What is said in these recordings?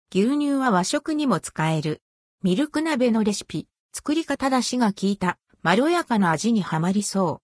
牛乳は和食にも使える。ミルク鍋のレシピ。作り方出汁が効いた、まろやかな味にはまりそう。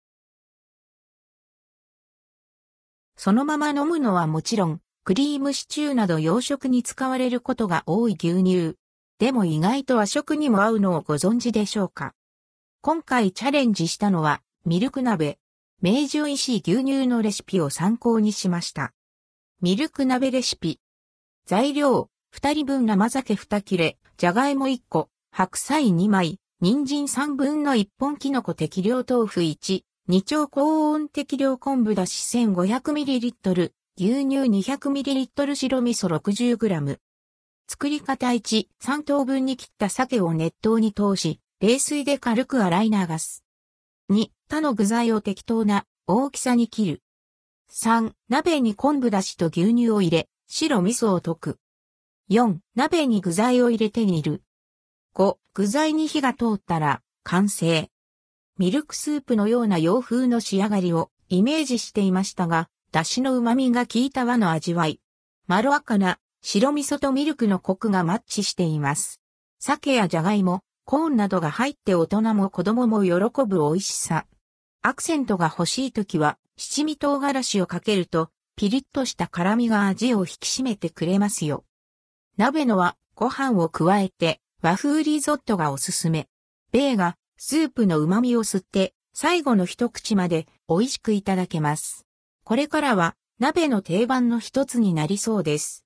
そのまま飲むのはもちろん、クリームシチューなど洋食に使われることが多い牛乳。でも意外と和食にも合うのをご存知でしょうか。今回チャレンジしたのは、ミルク鍋。明治おいしい牛乳のレシピを参考にしました。ミルク鍋レシピ。材料、2人分生鮭2切れ、じゃがいも1個、白菜2枚、人参3分の1本きのこ適量豆腐1、二丁高温適量昆布だし 1500ml、牛乳 200ml 白味噌 60g。作り方1、3等分に切った鮭を熱湯に通し、冷水で軽く洗い流す。2、他の具材を適当な大きさに切る。3、鍋に昆布だしと牛乳を入れ、白味噌を溶く。4、鍋に具材を入れて煮る。5、具材に火が通ったら完成。ミルクスープのような洋風の仕上がりをイメージしていましたが、出汁の旨味が効いた和の味わい。まろやかな白味噌とミルクのコクがマッチしています。鮭やじゃがいも、コーンなどが入って大人も子供も喜ぶ美味しさ。アクセントが欲しいときは七味唐辛子をかけるとピリッとした辛みが味を引き締めてくれますよ。鍋のはご飯を加えて和風リゾットがおすすめ。ベイがスープの旨味を吸って最後の一口まで美味しくいただけます。これからは鍋の定番の一つになりそうです。